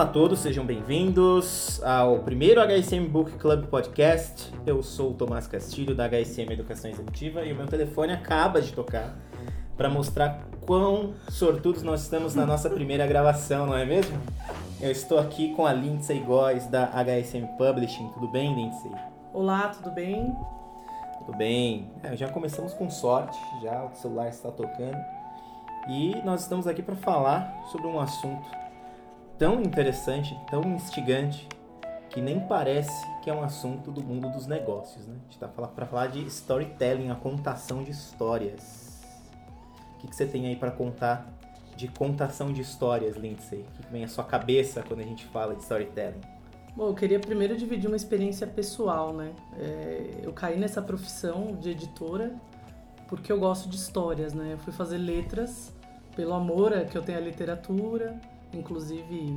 Olá a todos, sejam bem-vindos ao primeiro HSM Book Club Podcast. Eu sou o Tomás Castilho, da HSM Educação Executiva, e o meu telefone acaba de tocar para mostrar quão sortudos nós estamos na nossa primeira gravação, não é mesmo? Eu estou aqui com a Lindsay Góes, da HSM Publishing. Tudo bem, Lindsay? Olá, tudo bem? Tudo bem. Já começamos com sorte, já o celular está tocando. E nós estamos aqui para falar sobre um assunto tão interessante, tão instigante, que nem parece que é um assunto do mundo dos negócios, né? A gente está para falar de storytelling, a contação de histórias. O que você tem aí para contar de contação de histórias, Lindsay? O que vem à sua cabeça quando a gente fala de storytelling? Bom, eu queria primeiro dividir uma experiência pessoal, né? Eu caí nessa profissão de editora porque eu gosto de histórias, né? Eu fui fazer letras pelo amor que eu tenho à literatura. Inclusive,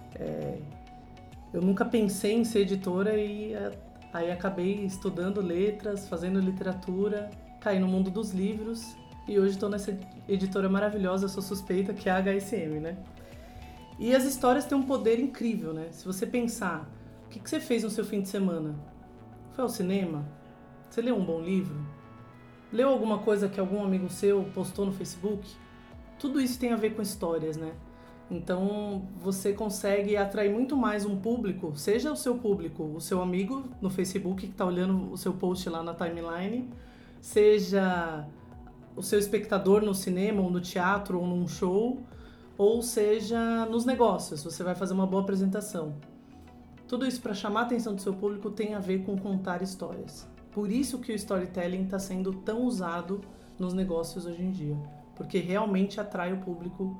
eu nunca pensei em ser editora e aí acabei estudando letras, fazendo literatura, caí no mundo dos livros e hoje estou nessa editora maravilhosa, eu sou suspeita, que é a HSM, né? E as histórias têm um poder incrível, né? Se você pensar, o que você fez no seu fim de semana? Foi ao cinema? Você leu um bom livro? Leu alguma coisa que algum amigo seu postou no Facebook? Tudo isso tem a ver com histórias, né? Então, você consegue atrair muito mais um público, seja o seu público, o seu amigo no Facebook que está olhando o seu post lá na timeline, seja o seu espectador no cinema, ou no teatro, ou num show, ou seja nos negócios, você vai fazer uma boa apresentação. Tudo isso para chamar a atenção do seu público tem a ver com contar histórias. Por isso que o storytelling está sendo tão usado nos negócios hoje em dia, porque realmente atrai o público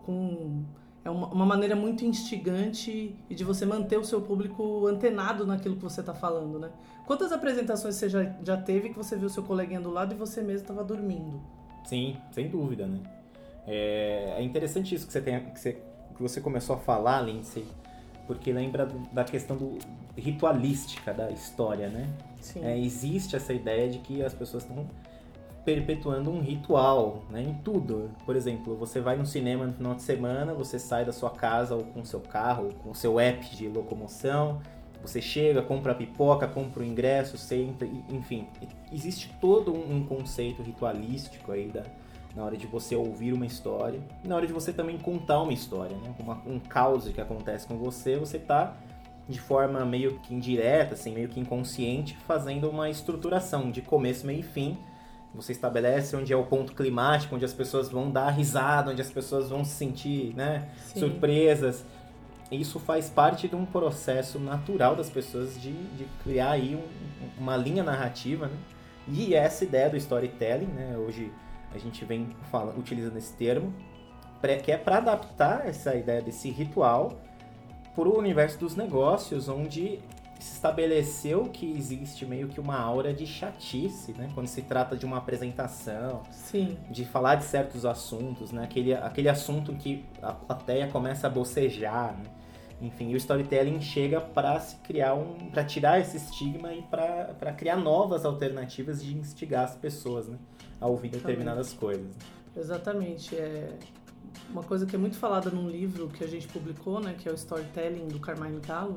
é uma maneira muito instigante e de você manter o seu público antenado naquilo que você está falando, né? Quantas apresentações você já teve que você viu seu coleguinha do lado e você mesmo estava dormindo? Sim, sem dúvida, né? É interessante isso que você começou a falar, Lindsay, porque lembra da questão ritualística da história, né? Sim. Existe essa ideia de que as pessoas estão perpetuando um ritual, né, em tudo. Por exemplo, você vai no cinema no final de semana, você sai da sua casa ou com o seu carro, com o seu app de locomoção, você chega, compra a pipoca, compra o ingresso, senta, enfim. Existe todo um conceito ritualístico aí na hora de você ouvir uma história, e na hora de você também contar uma história, né? Um caos que acontece com você está de forma meio que indireta, assim, meio que inconsciente, fazendo uma estruturação de começo, meio e fim. Você estabelece onde é o ponto climático, onde as pessoas vão dar risada, onde as pessoas vão se sentir, né, surpresas. Isso faz parte de um processo natural das pessoas de criar aí uma linha narrativa, né? E essa ideia do storytelling, né, hoje a gente vem utilizando esse termo, que é para adaptar essa ideia desse ritual para o universo dos negócios, onde se estabeleceu que existe meio que uma aura de chatice, né? Quando se trata de uma apresentação, Sim. De falar de certos assuntos, né? Aquele assunto que a plateia começa a bocejar, né? Enfim, e o storytelling chega para se criar para tirar esse estigma e para criar novas alternativas de instigar as pessoas, né, a ouvir determinadas coisas. Exatamente. Uma coisa que é muito falada num livro que a gente publicou, né, que é o Storytelling, do Carmine Gallo.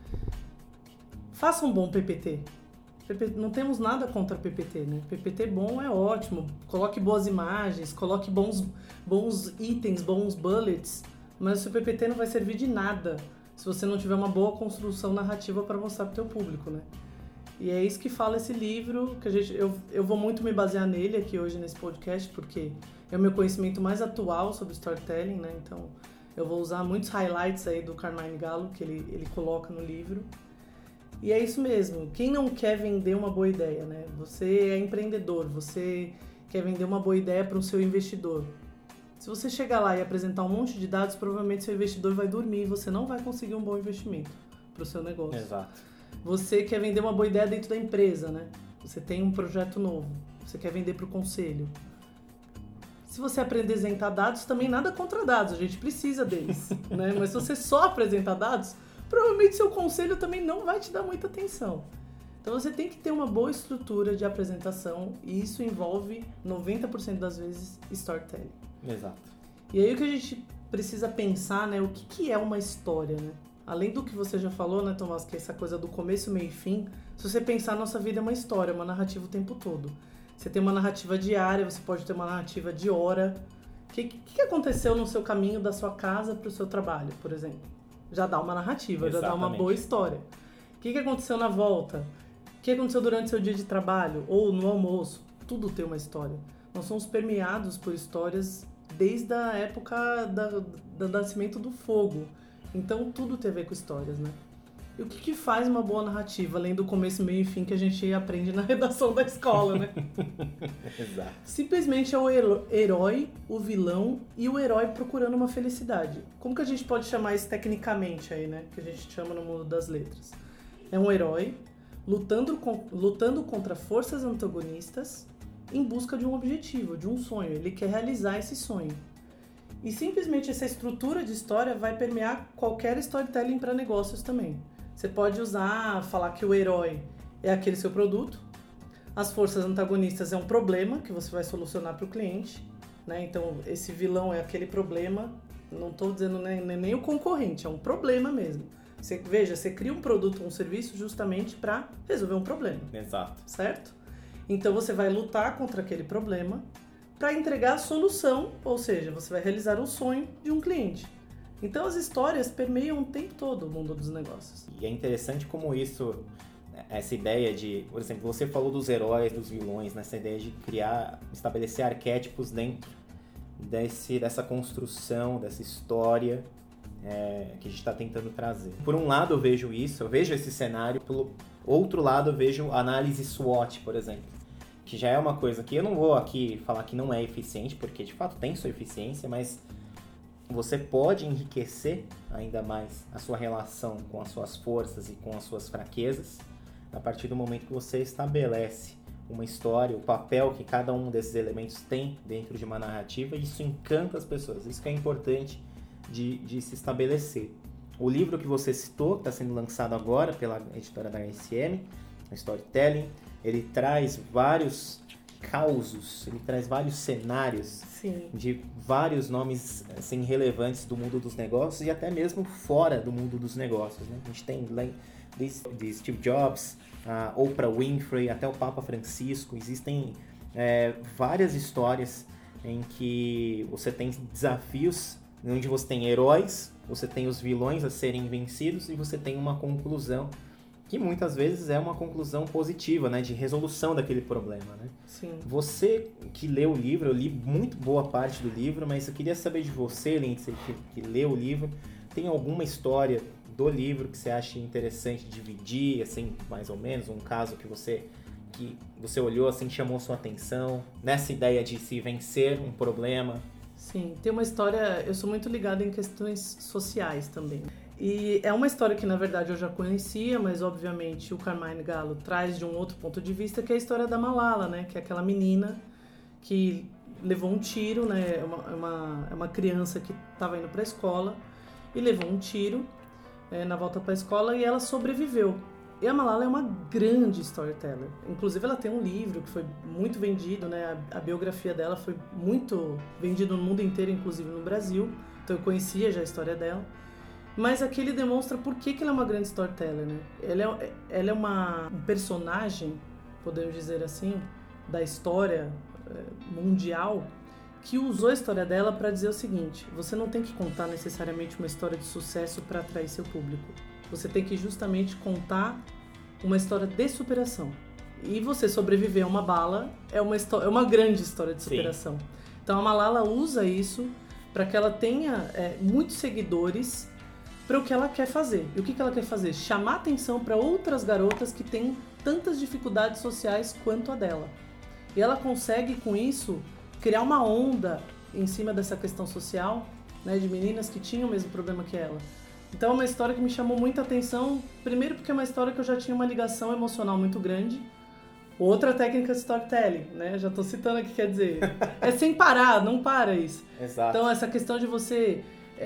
Faça um bom PPT. Não temos nada contra PPT, né? PPT bom é ótimo. Coloque boas imagens, coloque bons itens, bons bullets, mas o seu PPT não vai servir de nada se você não tiver uma boa construção narrativa para mostrar para o teu público, né? E é isso que fala esse livro, que eu vou muito me basear nele aqui hoje nesse podcast, porque é o meu conhecimento mais atual sobre storytelling, né? Então, eu vou usar muitos highlights aí do Carmine Gallo que ele coloca no livro. E é isso mesmo, quem não quer vender uma boa ideia, né? Você é empreendedor, você quer vender uma boa ideia para o seu investidor. Se você chegar lá e apresentar um monte de dados, provavelmente seu investidor vai dormir e você não vai conseguir um bom investimento para o seu negócio. Exato. Você quer vender uma boa ideia dentro da empresa, né? Você tem um projeto novo, você quer vender para o conselho. Se você apresentar dados, também nada contra dados, a gente precisa deles, né? Mas se você só apresentar dados, provavelmente seu conselho também não vai te dar muita atenção. Então você tem que ter uma boa estrutura de apresentação e isso envolve 90% das vezes storytelling. Exato. E aí o que a gente precisa pensar, né, o que é uma história, né? Além do que você já falou, né, Tomás, que é essa coisa do começo, meio e fim, se você pensar, a nossa vida é uma história, uma narrativa o tempo todo. Você tem uma narrativa diária, você pode ter uma narrativa de hora. O que aconteceu no seu caminho da sua casa para o seu trabalho, por exemplo? Já dá uma narrativa, Exatamente. já dá uma boa história. O que aconteceu na volta? O que aconteceu durante o seu dia de trabalho ou no almoço? Tudo tem uma história. Nós somos permeados por histórias desde a época do nascimento do fogo. Então, tudo tem a ver com histórias, né? E o que faz uma boa narrativa, além do começo, meio e fim que a gente aprende na redação da escola, né? Exato. Simplesmente é o herói, o vilão e o herói procurando uma felicidade. Como que a gente pode chamar isso tecnicamente aí, né? Que a gente chama no mundo das letras. É um herói lutando contra forças antagonistas em busca de um objetivo, de um sonho. Ele quer realizar esse sonho. E simplesmente essa estrutura de história vai permear qualquer storytelling para negócios também. Você pode falar que o herói é aquele seu produto, as forças antagonistas é um problema que você vai solucionar para o cliente, né? Então, esse vilão é aquele problema, não estou dizendo nem o concorrente, é um problema mesmo. Você cria um produto ou um serviço justamente para resolver um problema. Exato. Certo? Então, você vai lutar contra aquele problema para entregar a solução, ou seja, você vai realizar o sonho de um cliente. Então, as histórias permeiam o tempo todo o mundo dos negócios. E é interessante como essa ideia de, por exemplo, você falou dos heróis, dos vilões, nessa ideia de estabelecer arquétipos dentro dessa construção, dessa história que a gente está tentando trazer. Por um lado eu vejo esse cenário, pelo outro lado eu vejo análise SWOT, por exemplo, que já é uma coisa que eu não vou aqui falar que não é eficiente, porque de fato tem sua eficiência, mas você pode enriquecer ainda mais a sua relação com as suas forças e com as suas fraquezas a partir do momento que você estabelece uma história, o papel que cada um desses elementos tem dentro de uma narrativa, e isso encanta as pessoas. Isso que é importante de se estabelecer. O livro que você citou, que está sendo lançado agora pela editora da HSM, a Storytelling, ele traz vários causos, ele traz vários cenários. Sim. De vários nomes assim, relevantes do mundo dos negócios e até mesmo fora do mundo dos negócios, né? A gente tem de Steve Jobs, a Oprah Winfrey, até o Papa Francisco. Existem várias histórias em que você tem desafios, onde você tem heróis, você tem os vilões a serem vencidos e você tem uma conclusão que muitas vezes é uma conclusão positiva, né, de resolução daquele problema, né? Sim. Você que leu o livro, eu li muito boa parte do livro, mas eu queria saber de você, Lindsay, que leu o livro, tem alguma história do livro que você acha interessante dividir, assim, mais ou menos, um caso que você olhou, assim, chamou sua atenção, nessa ideia de se vencer um problema? Sim, tem uma história, eu sou muito ligada em questões sociais também. E é uma história que, na verdade, eu já conhecia, mas, obviamente, o Carmine Gallo traz de um outro ponto de vista, que é a história da Malala, né? Que é aquela menina que levou um tiro, né? É uma criança que estava indo para a escola e levou um tiro na volta para a escola e ela sobreviveu. E a Malala é uma grande storyteller. Inclusive, ela tem um livro que foi muito vendido, né? A biografia dela foi muito vendida no mundo inteiro, inclusive no Brasil. Então, eu conhecia já a história dela. Mas aqui ele demonstra por que ela é uma grande storyteller, né? Ela é um personagem, podemos dizer assim, da história mundial, que usou a história dela para dizer o seguinte: você não tem que contar necessariamente uma história de sucesso para atrair seu público. Você tem que justamente contar uma história de superação. E você sobreviver a uma bala é uma grande história de superação. Sim. Então a Malala usa isso para que ela tenha muitos seguidores para o que ela quer fazer. E o que ela quer fazer? Chamar atenção para outras garotas que têm tantas dificuldades sociais quanto a dela. E ela consegue, com isso, criar uma onda em cima dessa questão social, né, de meninas que tinham o mesmo problema que ela. Então é uma história que me chamou muita atenção, primeiro porque é uma história que eu já tinha uma ligação emocional muito grande. Outra técnica de storytelling, né? Já estou citando aqui, quer dizer, é sem parar, não para isso. Exato. Então essa questão de você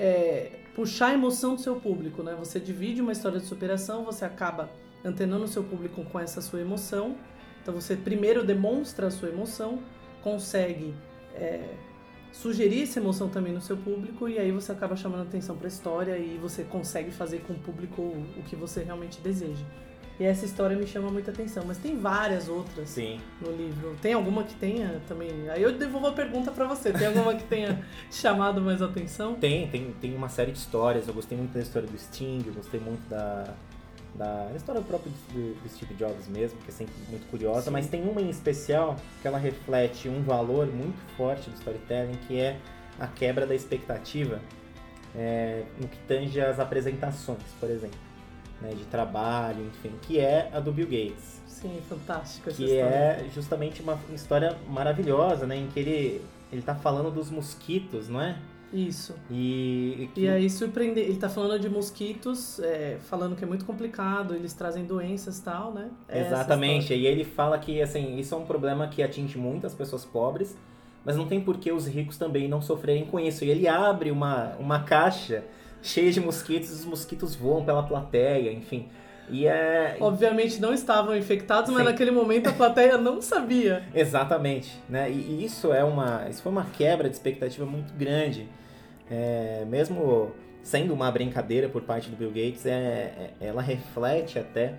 puxar a emoção do seu público, né? Você divide uma história de superação, você acaba antenando o seu público com essa sua emoção. Então você primeiro demonstra a sua emoção, consegue sugerir essa emoção também no seu público, e aí você acaba chamando atenção para a história e você consegue fazer com o público o que você realmente deseja. E essa história me chama muita atenção, mas tem várias outras Sim. no livro. Tem alguma que tenha também? Aí eu devolvo a pergunta para você. Tem alguma que tenha chamado mais atenção? Tem uma série de histórias. Eu gostei muito da história do Sting, eu gostei muito da história própria do Steve Jobs mesmo, que é sempre muito curiosa. Sim. Mas tem uma em especial que ela reflete um valor muito forte do storytelling, que é a quebra da expectativa no que tange às apresentações, por exemplo. Né, de trabalho, enfim, que é a do Bill Gates. Sim, fantástica essa que história. É justamente uma história maravilhosa, né, em que ele tá falando dos mosquitos, não é? Isso. E aí surpreende, ele tá falando de mosquitos, falando que é muito complicado, eles trazem doenças e tal, né? Exatamente, e ele fala que, assim, isso é um problema que atinge muitas pessoas pobres, mas não tem por que os ricos também não sofrerem com isso. E ele abre uma caixa cheia de mosquitos, os mosquitos voam pela plateia, enfim. Obviamente não estavam infectados, mas naquele momento a plateia não sabia. Exatamente, né? E isso foi uma quebra de expectativa muito grande. Mesmo sendo uma brincadeira por parte do Bill Gates, ela reflete até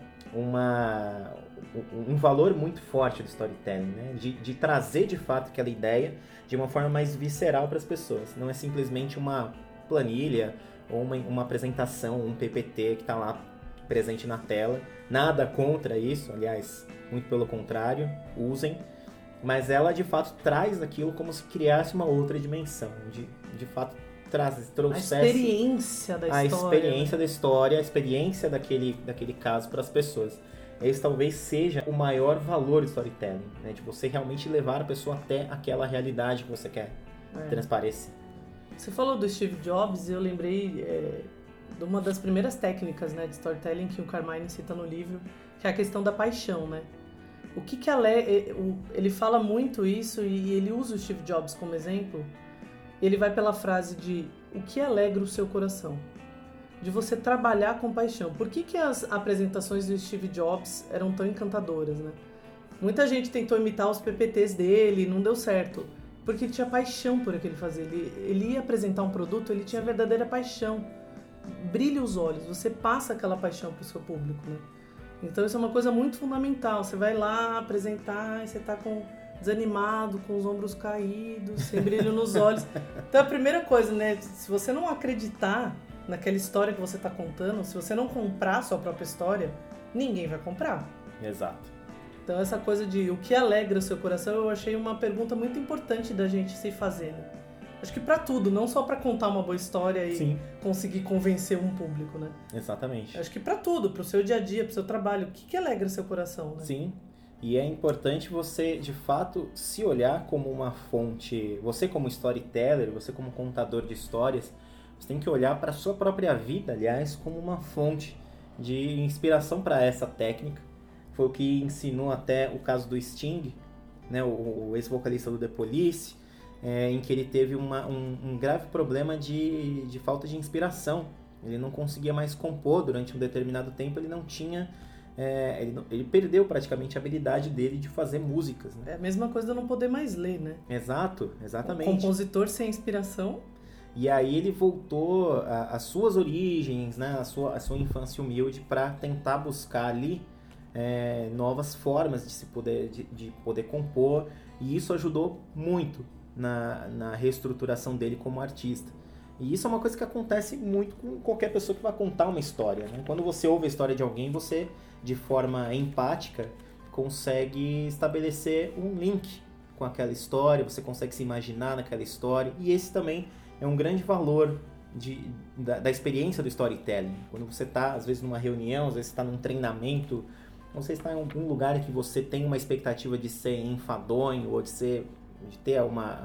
um valor muito forte do storytelling, né? De trazer de fato aquela ideia de uma forma mais visceral para as pessoas. Não é simplesmente uma planilha ou uma apresentação, um PPT que está lá presente na tela. Nada contra isso, aliás, muito pelo contrário, usem. Mas ela, de fato, traz aquilo como se criasse uma outra dimensão. De fato, trouxesse a experiência da história. A experiência da história, a experiência daquele caso para as pessoas. Esse talvez seja o maior valor do storytelling, né? De você realmente levar a pessoa até aquela realidade que você quer transparecer. Você falou do Steve Jobs e eu lembrei de uma das primeiras técnicas, né, de storytelling que o Carmine cita no livro, que é a questão da paixão, né? O que ele fala muito isso e ele usa o Steve Jobs como exemplo. Ele vai pela frase de o que alegra o seu coração, de você trabalhar com paixão. Por que as apresentações do Steve Jobs eram tão encantadoras, né? Muita gente tentou imitar os PPTs dele, não deu certo. Porque ele tinha paixão por aquilo que ele fazia. Ele ia apresentar um produto, ele tinha verdadeira paixão. Brilha os olhos, você passa aquela paixão para o seu público, né? Então isso é uma coisa muito fundamental. Você vai lá apresentar e você está desanimado, com os ombros caídos, sem brilho nos olhos. Então a primeira coisa, né? Se você não acreditar naquela história que você está contando, se você não comprar a sua própria história, ninguém vai comprar. Exato. Então essa coisa de o que alegra o seu coração, eu achei uma pergunta muito importante da gente se fazer, né? Acho que pra tudo, não só pra contar uma boa história e Sim. conseguir convencer um público, né? Exatamente. Acho que pra tudo, pro seu dia a dia, pro seu trabalho, o que alegra o seu coração, né? Sim, e é importante você, de fato, se olhar como uma fonte, você como storyteller, você como contador de histórias, você tem que olhar para a sua própria vida, aliás, como uma fonte de inspiração para essa técnica. Foi o que ensinou até o caso do Sting, né, o ex-vocalista do The Police, em que ele teve um grave problema de falta de inspiração. Ele não conseguia mais compor durante um determinado tempo, ele não tinha... ele perdeu praticamente a habilidade dele de fazer músicas, né? É a mesma coisa de eu não poder mais ler, né? Exatamente. Um compositor sem inspiração. E aí ele voltou às suas origens, né? a sua infância humilde, para tentar buscar ali novas formas de poder compor, e isso ajudou muito na reestruturação dele como artista. E isso é uma coisa que acontece muito com qualquer pessoa que vai contar uma história, né? Quando você ouve a história de alguém, você, de forma empática, consegue estabelecer um link com aquela história, você consegue se imaginar naquela história, e esse também é um grande valor da experiência do storytelling. Quando você está, às vezes, numa reunião, às vezes está num treinamento, você está em algum lugar que você tem uma expectativa de ser enfadonho ou de ter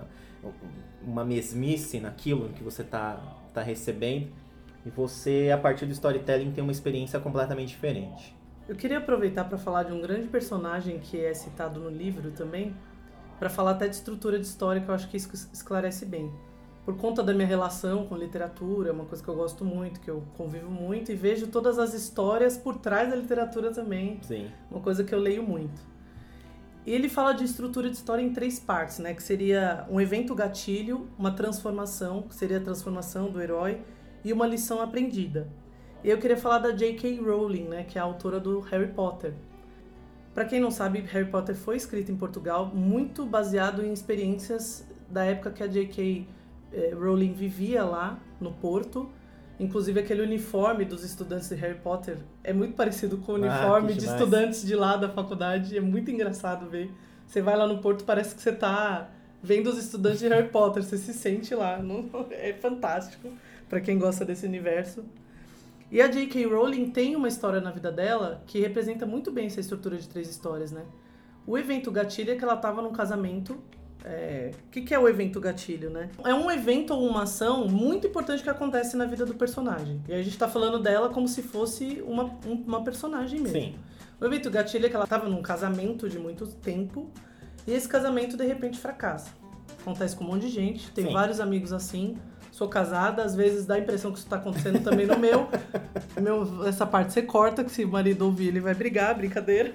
uma mesmice naquilo que você está recebendo, e você, a partir do storytelling, tem uma experiência completamente diferente. Eu queria aproveitar para falar de um grande personagem que é citado no livro também, para falar até de estrutura de história, que eu acho que isso esclarece bem. Por conta da minha relação com literatura, é uma coisa que eu gosto muito, que eu convivo muito, e vejo todas as histórias por trás da literatura também. Sim. Uma coisa que eu leio muito. E ele fala de estrutura de história em 3 partes, né? Que seria um evento gatilho, uma transformação, que seria a transformação do herói, e uma lição aprendida. E eu queria falar da J.K. Rowling, né? Que é a autora do Harry Potter. Para quem não sabe, Harry Potter foi escrito em Portugal, muito baseado em experiências da época que a J.K. Rowling vivia lá no Porto. Inclusive, aquele uniforme dos estudantes de Harry Potter é muito parecido com o uniforme de estudantes de lá da faculdade. É muito engraçado ver. Você vai lá no Porto, parece que você tá vendo os estudantes de Harry Potter. Você se sente lá. É fantástico para quem gosta desse universo. E a J.K. Rowling tem uma história na vida dela que representa muito bem essa estrutura de 3 histórias, né? O evento gatilho é que ela estava num casamento. O que é o evento gatilho, né? É um evento ou uma ação muito importante que acontece na vida do personagem. E a gente tá falando dela como se fosse uma personagem mesmo. Sim. O evento gatilho é que ela estava num casamento de muito tempo e esse casamento de repente fracassa. Acontece com um monte de gente, tem vários amigos assim. Sou casada, às vezes dá a impressão que isso tá acontecendo também no meu. Essa parte você corta, que se o marido ouvir ele vai brigar, brincadeira.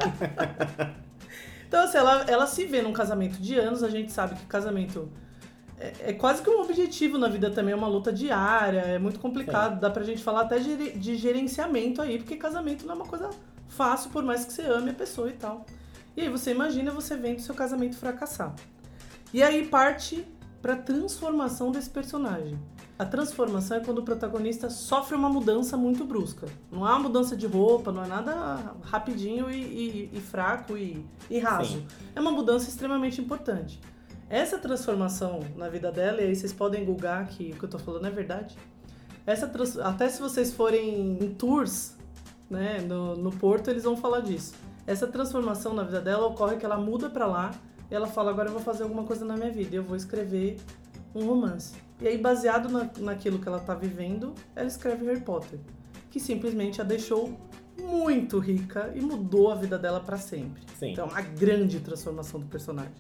Então, assim, ela se vê num casamento de anos, a gente sabe que casamento é quase que um objetivo na vida também, é uma luta diária, é muito complicado, dá pra gente falar até de gerenciamento aí, porque casamento não é uma coisa fácil, por mais que você ame a pessoa e tal. E aí você imagina você vendo seu casamento fracassar. E aí parte pra transformação desse personagem. A transformação é quando o protagonista sofre uma mudança muito brusca. Não é uma mudança de roupa, não é nada rapidinho e fraco e raso. Sim. É uma mudança extremamente importante. Essa transformação na vida dela, e aí vocês podem googar que o que eu tô falando é verdade. Até se vocês forem em tours, né, no Porto, eles vão falar disso. Essa transformação na vida dela ocorre que ela muda pra lá e ela fala, agora eu vou fazer alguma coisa na minha vida, eu vou escrever um romance. E aí, baseado naquilo que ela tá vivendo, ela escreve Harry Potter, que simplesmente a deixou muito rica e mudou a vida dela pra sempre. Sim. Então, é uma grande transformação do personagem.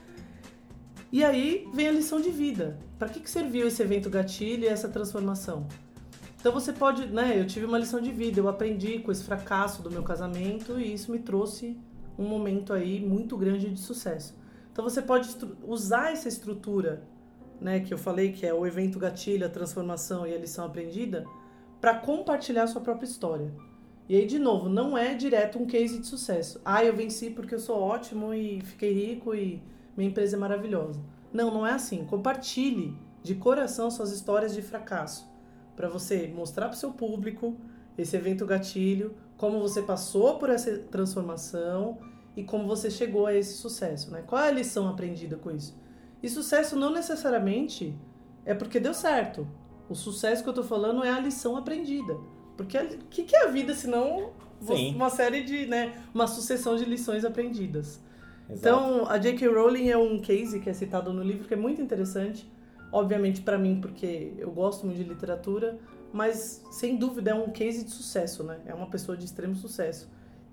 E aí vem a lição de vida. Para que serviu esse evento gatilho e essa transformação? Então você pode, né, eu tive uma lição de vida, eu aprendi com esse fracasso do meu casamento e isso me trouxe um momento aí muito grande de sucesso. Então você pode usar essa estrutura, né, que eu falei que é o evento gatilho, a transformação e a lição aprendida, para compartilhar a sua própria história. E aí, de novo, não é direto um case de sucesso. Eu venci porque eu sou ótimo e fiquei rico e minha empresa é maravilhosa. Não é assim. Compartilhe de coração suas histórias de fracasso, para você mostrar para o seu público esse evento gatilho, como você passou por essa transformação e como você chegou a esse sucesso, né? Qual é a lição aprendida com isso? E sucesso não necessariamente é porque deu certo. O sucesso que eu tô falando é a lição aprendida. Porque o que é a vida se não uma série de, né, uma sucessão de lições aprendidas? Exato. Então, a J.K. Rowling é um case que é citado no livro que é muito interessante. Obviamente para mim, porque eu gosto muito de literatura, mas sem dúvida é um case de sucesso, né? É uma pessoa de extremo sucesso.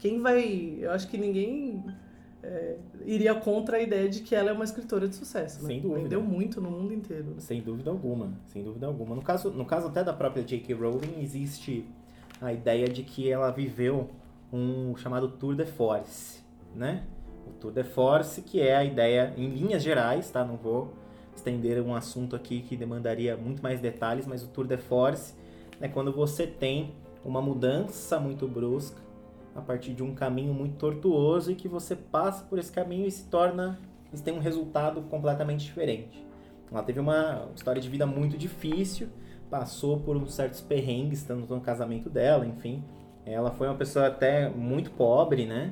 Eu acho que ninguém iria contra a ideia de que ela é uma escritora de sucesso, né? Sem dúvida. Vendeu muito no mundo inteiro. Sem dúvida alguma, sem dúvida alguma. No caso até da própria J.K. Rowling, existe a ideia de que ela viveu um chamado Tour de Force, né? O Tour de Force, que é a ideia, em linhas gerais, tá? Não vou estender um assunto aqui que demandaria muito mais detalhes, mas o Tour de Force é quando você tem uma mudança muito brusca a partir de um caminho muito tortuoso e que você passa por esse caminho e tem um resultado completamente diferente. Ela teve uma história de vida muito difícil, passou por uns certos perrengues estando no casamento dela, enfim. Ela foi uma pessoa até muito pobre, né?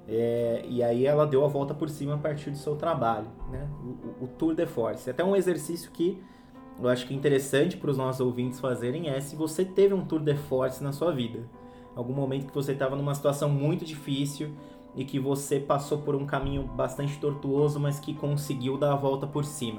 E aí ela deu a volta por cima a partir do seu trabalho, né? O Tour de Force. Até um exercício que eu acho que é interessante para os nossos ouvintes fazerem é se você teve um Tour de Force na sua vida. Algum momento que você estava numa situação muito difícil e que você passou por um caminho bastante tortuoso, mas que conseguiu dar a volta por cima.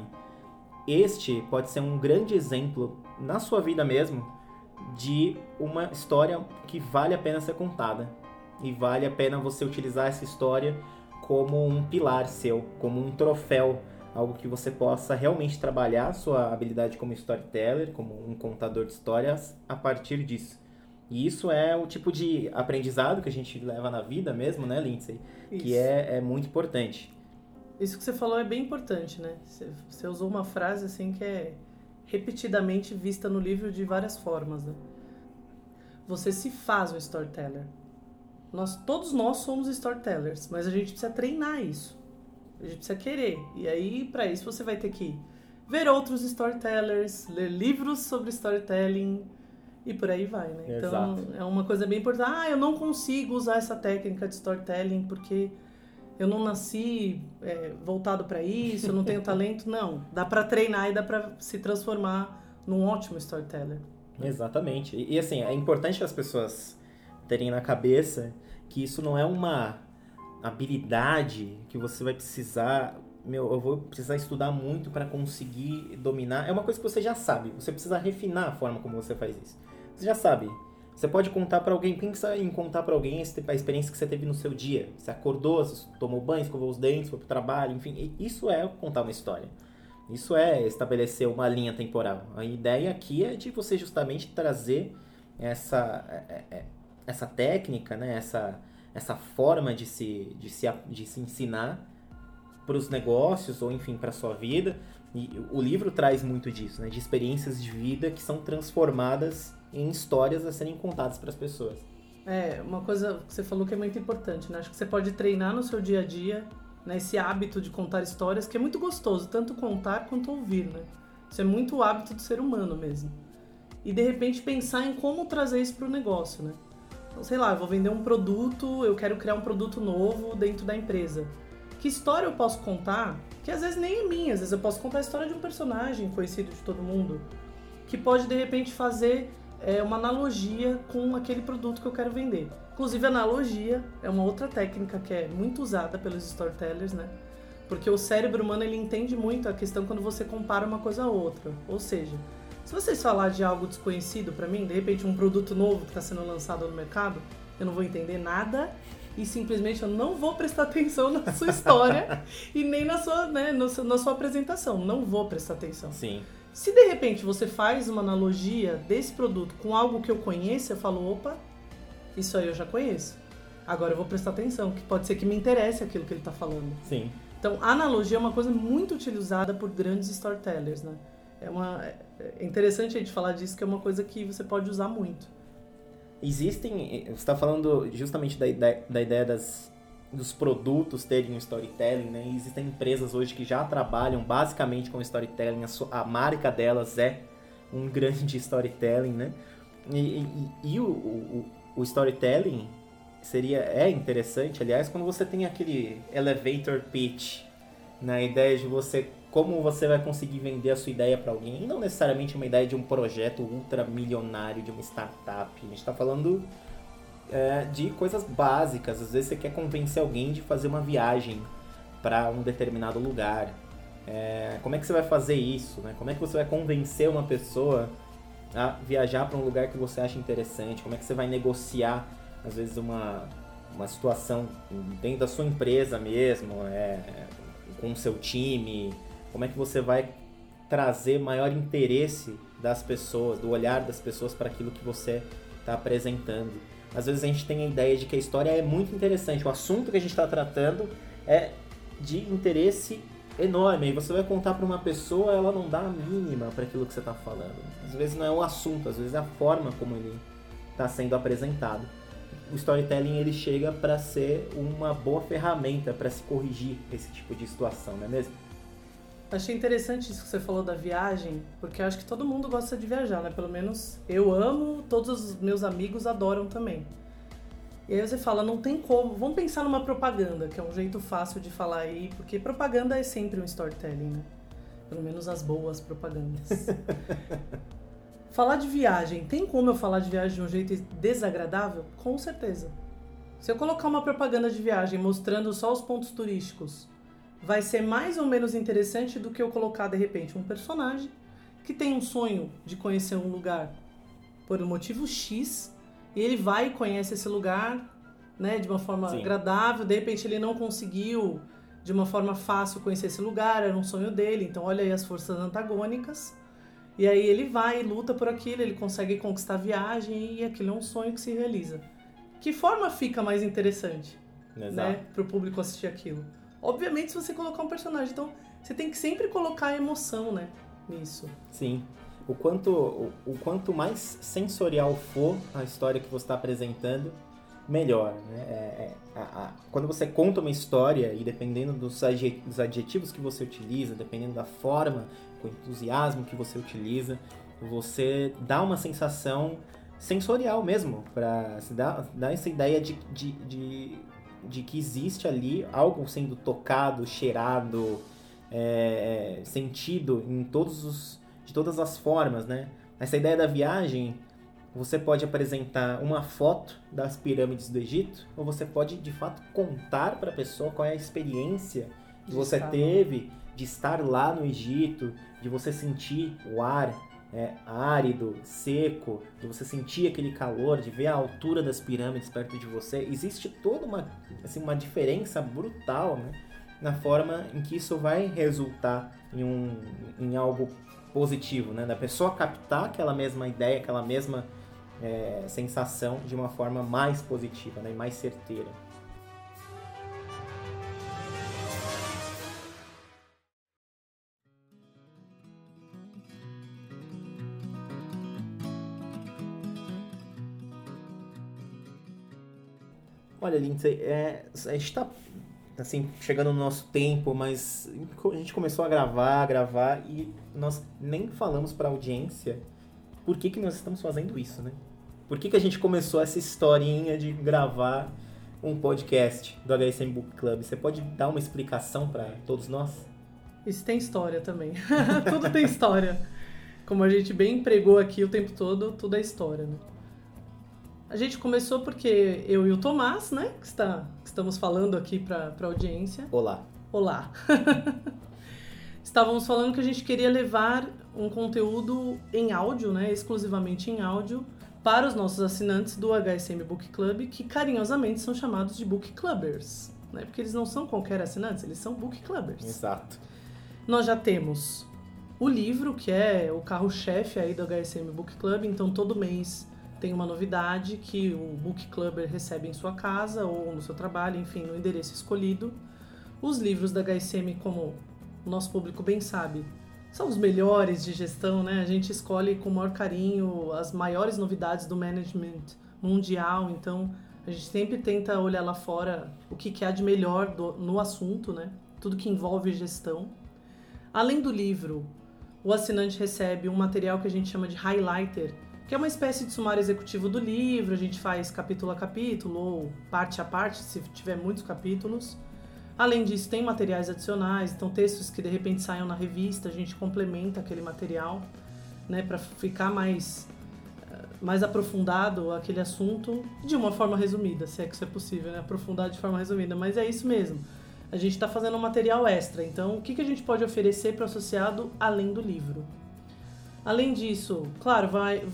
Este pode ser um grande exemplo na sua vida mesmo de uma história que vale a pena ser contada. E vale a pena você utilizar essa história como um pilar seu, como um troféu, algo que você possa realmente trabalhar sua habilidade como storyteller, como um contador de histórias a partir disso. E isso é o tipo de aprendizado que a gente leva na vida mesmo, né, Lindsay? Que Isso. é muito importante. Isso que você falou é bem importante, né? Você usou uma frase assim que é repetidamente vista no livro de várias formas, né? Você se faz um storyteller. Todos nós somos storytellers, mas a gente precisa treinar isso. A gente precisa querer. E aí, para isso, você vai ter que ver outros storytellers, ler livros sobre storytelling e por aí vai, né? Exato. Então, é uma coisa bem importante. Eu não consigo usar essa técnica de storytelling porque eu não nasci voltado para isso, eu não tenho talento. Não, dá para treinar e dá para se transformar num ótimo storyteller. Exatamente. E assim, é importante que as pessoas terem na cabeça que isso não é uma habilidade que você vai precisar... eu vou precisar estudar muito para conseguir dominar. É uma coisa que você já sabe. Você precisa refinar a forma como você faz isso. Você já sabe. Você pode contar para alguém, pensa em contar para alguém a experiência que você teve no seu dia. Você acordou, você tomou banho, escovou os dentes, foi pro trabalho, enfim. Isso é contar uma história. Isso é estabelecer uma linha temporal. A ideia aqui é de você justamente trazer essa técnica, né? essa forma de se ensinar para os negócios ou, enfim, para a sua vida. E o livro traz muito disso, né? De experiências de vida que são transformadas em histórias a serem contadas para as pessoas. Uma coisa que você falou que é muito importante, né? Acho que você pode treinar no seu dia a dia, né, esse hábito de contar histórias, que é muito gostoso, tanto contar quanto ouvir, né? Isso é muito o hábito do ser humano mesmo. E, de repente, pensar em como trazer isso para o negócio, né? Então, sei lá, eu vou vender um produto, eu quero criar um produto novo dentro da empresa. Que história eu posso contar? Que às vezes nem é minha, às vezes eu posso contar a história de um personagem conhecido de todo mundo, que pode, de repente, fazer uma analogia com aquele produto que eu quero vender. Inclusive, analogia é uma outra técnica que é muito usada pelos storytellers, né? Porque o cérebro humano, ele entende muito a questão quando você compara uma coisa a outra. Ou seja, se vocês falarem de algo desconhecido para mim, de repente um produto novo que está sendo lançado no mercado, eu não vou entender nada e simplesmente eu não vou prestar atenção na sua história e nem na sua, né, na sua apresentação. Não vou prestar atenção. Sim. Se de repente você faz uma analogia desse produto com algo que eu conheço, eu falo, opa, isso aí eu já conheço. Agora eu vou prestar atenção, que pode ser que me interesse aquilo que ele está falando. Sim. Então, a analogia é uma coisa muito utilizada por grandes storytellers, né? É interessante a gente falar disso, que é uma coisa que você pode usar muito. Você está falando justamente da ideia dos produtos terem um storytelling, né? E existem empresas hoje que já trabalham basicamente com storytelling, a marca delas é um grande storytelling, né? E o storytelling é interessante, aliás, quando você tem aquele elevator pitch, na ideia de como você vai conseguir vender a sua ideia para alguém, e não necessariamente uma ideia de um projeto ultramilionário, de uma startup. A gente está falando de coisas básicas. Às vezes você quer convencer alguém de fazer uma viagem para um determinado lugar. Como é que você vai fazer isso, né? Como é que você vai convencer uma pessoa a viajar para um lugar que você acha interessante? Como é que você vai negociar, às vezes, uma situação dentro da sua empresa mesmo, com o seu time? Como é que você vai trazer maior interesse das pessoas, do olhar das pessoas para aquilo que você está apresentando? Às vezes a gente tem a ideia de que a história é muito interessante, o assunto que a gente está tratando é de interesse enorme, e você vai contar para uma pessoa, ela não dá a mínima para aquilo que você está falando. Às vezes não é o assunto, às vezes é a forma como ele está sendo apresentado. O storytelling, ele chega para ser uma boa ferramenta para se corrigir esse tipo de situação, não é mesmo? Achei interessante isso que você falou da viagem, porque eu acho que todo mundo gosta de viajar, né? Pelo menos eu amo, todos os meus amigos adoram também. E aí você fala, não tem como, vamos pensar numa propaganda, que é um jeito fácil de falar aí, porque propaganda é sempre um storytelling, né? Pelo menos as boas propagandas. Falar de viagem, tem como eu falar de viagem de um jeito desagradável? Com certeza. Se eu colocar uma propaganda de viagem mostrando só os pontos turísticos, vai ser mais ou menos interessante do que eu colocar, de repente, um personagem que tem um sonho de conhecer um lugar por um motivo X, e ele vai e conhece esse lugar, né, de uma forma Sim. agradável, de repente ele não conseguiu de uma forma fácil conhecer esse lugar, era um sonho dele, então olha aí as forças antagônicas. E aí ele vai e luta por aquilo, ele consegue conquistar a viagem e aquilo é um sonho que se realiza. Que forma fica mais interessante, né, pro público assistir aquilo? Obviamente, se você colocar um personagem, então você tem que sempre colocar a emoção, né, nisso. Sim. O quanto mais sensorial for a história que você está apresentando, melhor, né? Quando você conta uma história e dependendo dos adjetivos que você utiliza, dependendo da forma, com o entusiasmo que você utiliza, você dá uma sensação sensorial mesmo, para dar essa ideia de que existe ali algo sendo tocado, cheirado, sentido de todas as formas, né? Essa ideia da viagem, você pode apresentar uma foto das pirâmides do Egito, ou você pode, de fato, contar para a pessoa qual é a experiência que você teve de estar lá no Egito, de você sentir o ar árido, seco, de você sentir aquele calor, de ver a altura das pirâmides perto de você. Existe toda uma diferença brutal, né, na forma em que isso vai resultar em algo positivo, né, da pessoa captar aquela mesma ideia, aquela mesma sensação de uma forma mais positiva, né, e mais certeira. Olha, Lindsay, a gente está assim, chegando no nosso tempo, mas a gente começou a gravar e nós nem falamos para a audiência por que nós estamos fazendo isso, né? Por que a gente começou essa historinha de gravar um podcast do HSM Book Club? Você pode dar uma explicação para todos nós? Isso tem história também. Tudo tem história. Como a gente bem pregou aqui o tempo todo, tudo é história, né? A gente começou porque eu e o Tomás, né, que estamos falando aqui para a audiência. Olá. Estávamos falando que a gente queria levar um conteúdo em áudio, né, exclusivamente em áudio, para os nossos assinantes do HSM Book Club, que carinhosamente são chamados de Book Clubbers, né, porque eles não são qualquer assinantes, eles são Book Clubbers. Exato. Nós já temos o livro, que é o carro-chefe aí do HSM Book Club, então todo mês tem uma novidade que o Book Clubber recebe em sua casa ou no seu trabalho, enfim, no endereço escolhido. Os livros da HSM, como o nosso público bem sabe, são os melhores de gestão, né? A gente escolhe com o maior carinho as maiores novidades do management mundial, então a gente sempre tenta olhar lá fora o que há de melhor no assunto, né? Tudo que envolve gestão. Além do livro, o assinante recebe um material que a gente chama de highlighter, que é uma espécie de sumário executivo do livro. A gente faz capítulo a capítulo ou parte a parte, se tiver muitos capítulos. Além disso, tem materiais adicionais, então textos que de repente saiam na revista, a gente complementa aquele material, né, para ficar mais aprofundado aquele assunto de uma forma resumida, se é que isso é possível, né, aprofundar de forma resumida, mas é isso mesmo. A gente está fazendo um material extra, então o que a gente pode oferecer para o associado além do livro? Além disso, claro,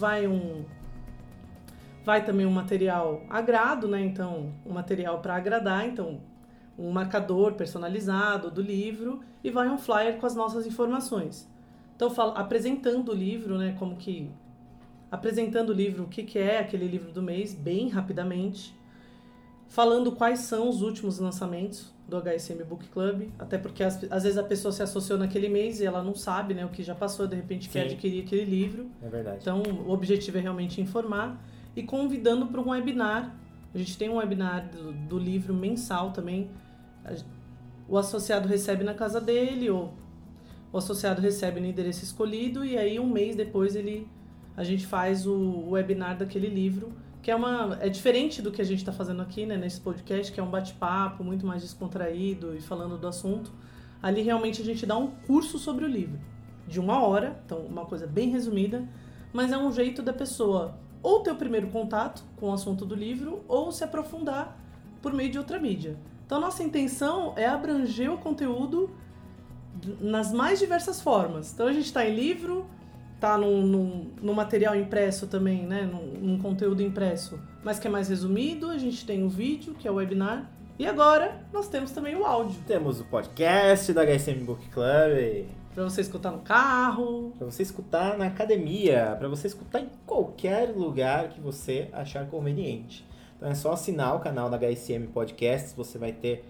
vai também um material agrado, né? Então, um material para agradar, então um marcador personalizado do livro e vai um flyer com as nossas informações. Então, apresentando o livro, né? Apresentando o livro, o que é aquele livro do mês, bem rapidamente, falando quais são os últimos lançamentos do HSM Book Club, até porque às vezes a pessoa se associou naquele mês e ela não sabe, né, o que já passou, de repente quer adquirir aquele livro. É verdade. Então, o objetivo é realmente informar e convidando para um webinar. A gente tem um webinar do livro mensal também. O associado recebe na casa dele, ou o associado recebe no endereço escolhido e aí um mês depois a gente faz o webinar daquele livro, que é diferente do que a gente está fazendo aqui, né, nesse podcast, que é um bate-papo muito mais descontraído e falando do assunto. Ali realmente a gente dá um curso sobre o livro, de 1 hora, então uma coisa bem resumida, mas é um jeito da pessoa ou ter o primeiro contato com o assunto do livro ou se aprofundar por meio de outra mídia. Então a nossa intenção é abranger o conteúdo nas mais diversas formas. Então a gente está em livro, tá no material impresso também, né? Num conteúdo impresso, mas que é mais resumido. A gente tem o vídeo, que é o webinar. E agora nós temos também o áudio. Temos o podcast da HSM Book Club. Para você escutar no carro. Para você escutar na academia. Para você escutar em qualquer lugar que você achar conveniente. Então é só assinar o canal da HSM Podcasts. Você vai ter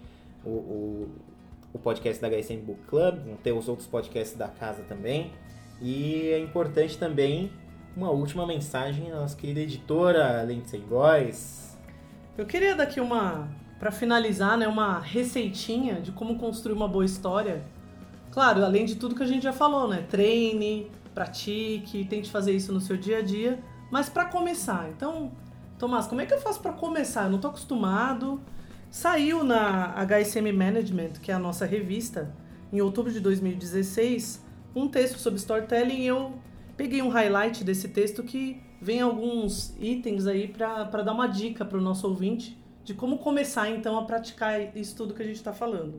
o podcast da HSM Book Club. Vão ter os outros podcasts da casa também. E é importante também uma última mensagem à nossa querida editora Lindsay Boyce. Eu queria dar aqui para finalizar, né, uma receitinha de como construir uma boa história. Claro, além de tudo que a gente já falou, né? Treine, pratique, tente fazer isso no seu dia a dia. Mas para começar, então, Tomás, como é que eu faço para começar? Eu não estou acostumado. Saiu na HSM Management, que é a nossa revista, em outubro de 2016, um texto sobre storytelling e eu peguei um highlight desse texto que vem alguns itens aí para dar uma dica para o nosso ouvinte de como começar então a praticar isso tudo que a gente está falando.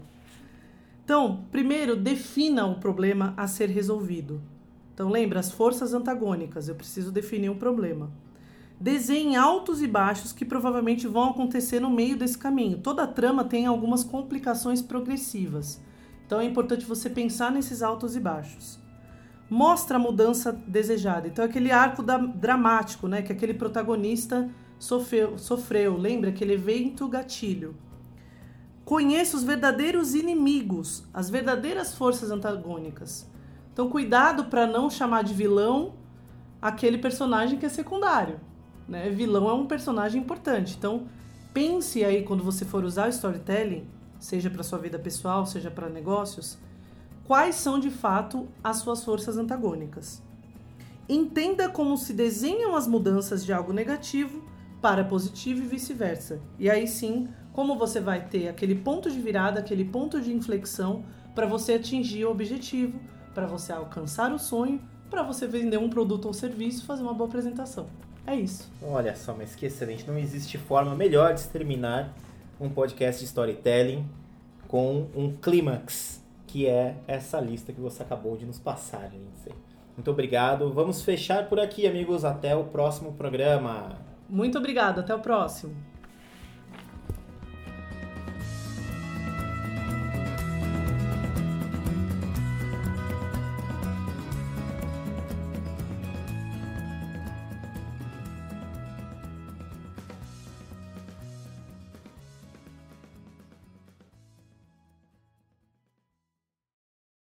Então, primeiro, defina o problema a ser resolvido. Então, lembra, as forças antagônicas, eu preciso definir um problema. Desenhe altos e baixos que provavelmente vão acontecer no meio desse caminho. Toda trama tem algumas complicações progressivas. Então, é importante você pensar nesses altos e baixos. Mostra a mudança desejada. Então, aquele arco dramático, né, que aquele protagonista sofreu. Lembra aquele evento gatilho. Conheça os verdadeiros inimigos, as verdadeiras forças antagônicas. Então, cuidado para não chamar de vilão aquele personagem que é secundário, né? Vilão é um personagem importante. Então, pense aí quando você for usar o storytelling, seja para sua vida pessoal, seja para negócios, quais são de fato as suas forças antagônicas. Entenda como se desenham as mudanças de algo negativo para positivo e vice-versa. E aí sim, como você vai ter aquele ponto de virada, aquele ponto de inflexão para você atingir o objetivo, para você alcançar o sonho, para você vender um produto ou serviço, fazer uma boa apresentação. É isso. Olha só, mas que excelente. Não existe forma melhor de se terminar um podcast de storytelling com um clímax, que é essa lista que você acabou de nos passar, Lindsay. Muito obrigado. Vamos fechar por aqui, amigos. Até o próximo programa. Muito obrigada. Até o próximo.